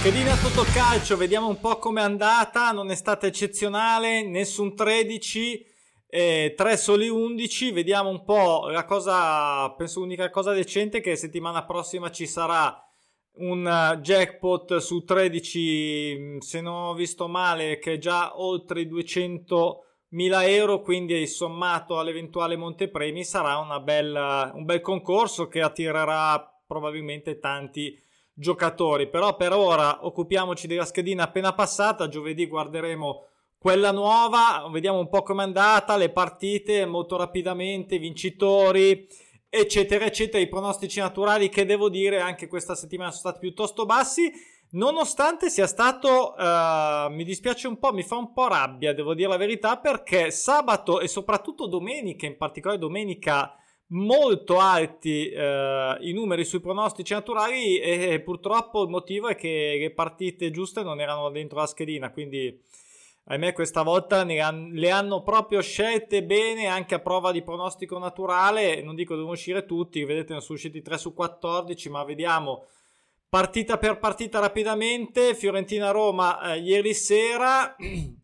Schedina Totocalcio, vediamo un po' com'è andata. Non è stata eccezionale, nessun 13, 3 soli 11. Vediamo un po' la cosa. Penso l'unica cosa decente è che settimana prossima ci sarà un jackpot su 13, se non ho visto male, che è già oltre i 200.000 euro, quindi sommato all'eventuale montepremi sarà un bel concorso che attirerà probabilmente tanti giocatori. Però per ora occupiamoci della schedina appena passata. Giovedì guarderemo quella nuova, vediamo un po' com'è andata, le partite molto rapidamente, i vincitori eccetera eccetera. I pronostici naturali, che devo dire anche questa settimana sono stati piuttosto bassi, nonostante sia stato mi dispiace un po', mi fa un po' rabbia, devo dire la verità, perché sabato e soprattutto domenica, in particolare domenica, molto alti i numeri sui pronostici naturali, e purtroppo il motivo è che le partite giuste non erano dentro la schedina, quindi ahimè questa volta le hanno proprio scelte bene, anche a prova di pronostico naturale. Non dico devono uscire tutti, vedete ne sono usciti 3 su 14, ma vediamo partita per partita rapidamente. Fiorentina-Roma ieri sera,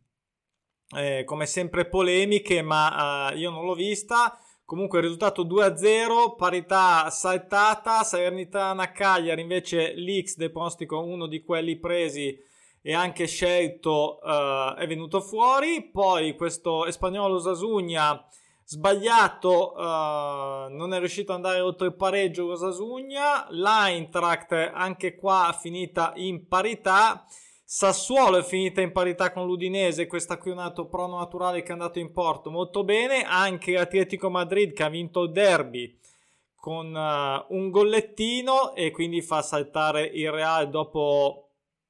come sempre polemiche, ma io non l'ho vista. Comunque il risultato 2-0, parità saltata. Salernitana-Cagliari invece l'X del pronostico, uno di quelli presi e anche scelto, è venuto fuori. Poi questo Espagnolo-Sasugna sbagliato, non è riuscito ad andare oltre il pareggio lo Sasugna. L'Eintracht anche qua finita in parità. Sassuolo è finita in parità con l'Udinese, questa qui è un altro prono naturale che è andato in porto molto bene. Anche l'Atletico Madrid che ha vinto il derby con un gollettino, e quindi fa saltare il Real dopo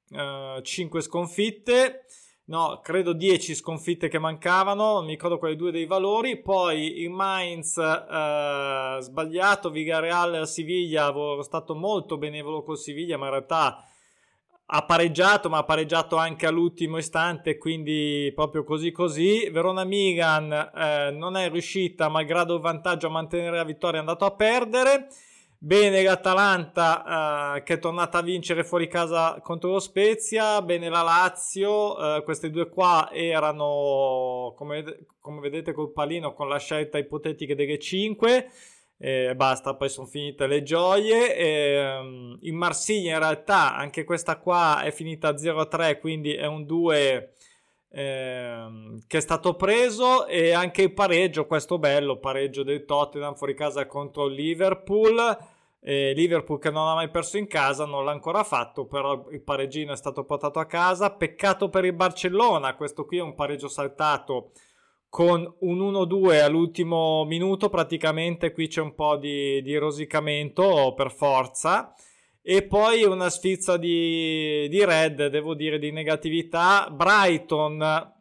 5 sconfitte, no, credo 10 sconfitte che mancavano, non mi ricordo quali due dei valori. Poi il Mainz sbagliato, Villarreal Siviglia, avevo stato molto benevolo col Siviglia, ma in realtà ha pareggiato, ma ha pareggiato anche all'ultimo istante, quindi proprio così. Verona-Milan non è riuscita, malgrado il vantaggio, a mantenere la vittoria, è andato a perdere. Bene l'Atalanta che è tornata a vincere fuori casa contro lo Spezia. Bene la Lazio, queste due qua erano come vedete col palino, con la scelta ipotetica delle 5. Basta, poi sono finite le gioie. In Marsiglia in realtà anche questa qua è finita 0-3, quindi è un 2 che è stato preso. E anche il pareggio, questo bello pareggio del Tottenham fuori casa contro il Liverpool. Liverpool che non ha mai perso in casa, non l'ha ancora fatto, però il pareggino è stato portato a casa. Peccato per il Barcellona, questo qui è un pareggio saltato con un 1-2 all'ultimo minuto praticamente. Qui c'è un po' di rosicamento per forza. E poi una sfilza di red, devo dire, di negatività. Brighton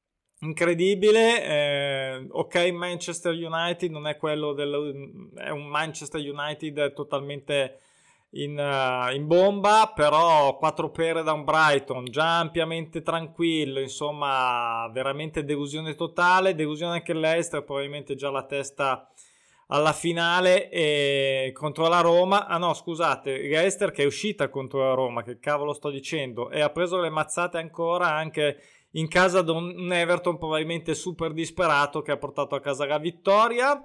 incredibile, ok, Manchester United non è quello è un Manchester United totalmente in bomba, però 4 pere da un Brighton già ampiamente tranquillo, insomma veramente delusione totale. Delusione anche l'Leicester, probabilmente già la testa alla finale, e contro la Roma. Ah no, scusate, l'Leicester che è uscita contro la Roma, che cavolo sto dicendo, e ha preso le mazzate ancora anche in casa da un Everton probabilmente super disperato, che ha portato a casa la vittoria.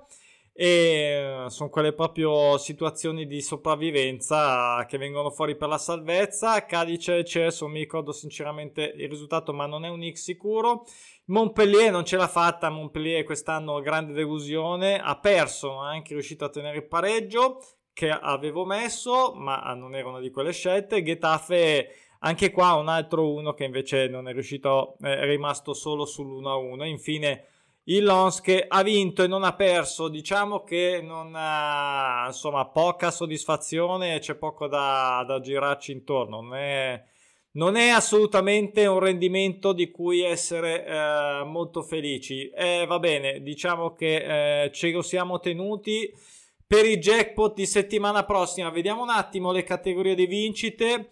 E sono quelle proprio situazioni di sopravvivenza che vengono fuori per la salvezza. Cadice e Chelsea, non mi ricordo sinceramente il risultato, ma non è un X sicuro. Montpellier non ce l'ha fatta. Montpellier quest'anno grande delusione, ha perso, non è anche riuscito a tenere il pareggio che avevo messo, ma non era una di quelle scelte. Getafe anche qua un altro uno che invece non è riuscito, è rimasto solo sull'1-1. Infine il Lens che ha vinto e non ha perso, diciamo che non ha, insomma, poca soddisfazione, c'è poco da girarci intorno. Non è assolutamente un rendimento di cui essere molto felici. Va bene, diciamo che ce lo siamo tenuti per i jackpot di settimana prossima. Vediamo un attimo le categorie di vincite.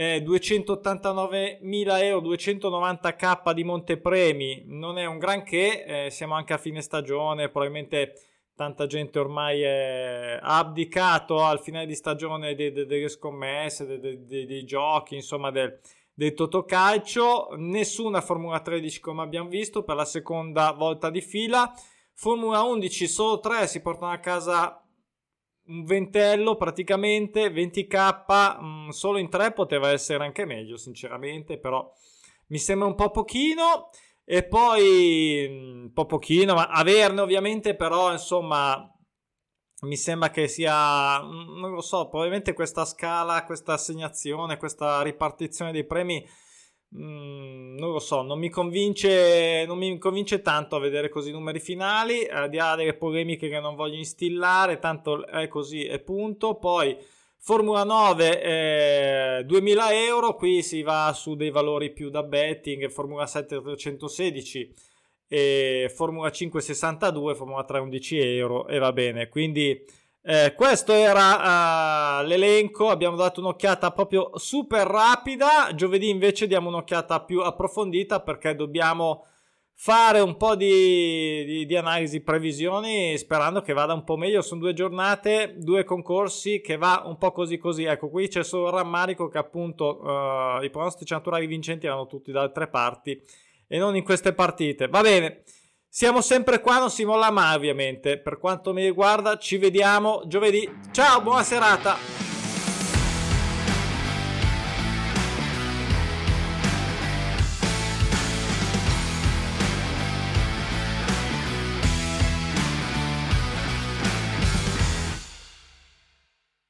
289.000 euro, 290k di montepremi, non è un granché, siamo anche a fine stagione, probabilmente tanta gente ormai ha abdicato al finale di stagione delle scommesse, dei giochi, insomma del Totocalcio. Nessuna Formula 13 come abbiamo visto per la seconda volta di fila. Formula 11 solo 3 si portano a casa un ventello praticamente, 20k, solo in 3 poteva essere anche meglio sinceramente, però mi sembra un po' pochino. E poi un po' pochino, ma averne ovviamente, però insomma mi sembra che sia, non lo so, probabilmente questa scala, questa assegnazione, questa ripartizione dei premi, non lo so, non mi convince tanto a vedere così i numeri finali, al di là delle polemiche che non voglio instillare, tanto è così e punto. Poi Formula 9 2000 euro, qui si va su dei valori più da betting, Formula 7 316 e Formula 5 62, Formula 3 11 euro e va bene. Quindi questo era l'elenco, abbiamo dato un'occhiata proprio super rapida. Giovedì invece diamo un'occhiata più approfondita perché dobbiamo fare un po' di analisi, previsioni, sperando che vada un po' meglio. Sono 2 giornate, 2 concorsi, che va un po' così. Ecco, qui c'è solo il rammarico che appunto i pronostici naturali vincenti erano tutti da altre parti e non in queste partite. Va bene, siamo sempre qua, non si molla mai ovviamente. Per quanto mi riguarda, ci vediamo giovedì. Ciao, buona serata!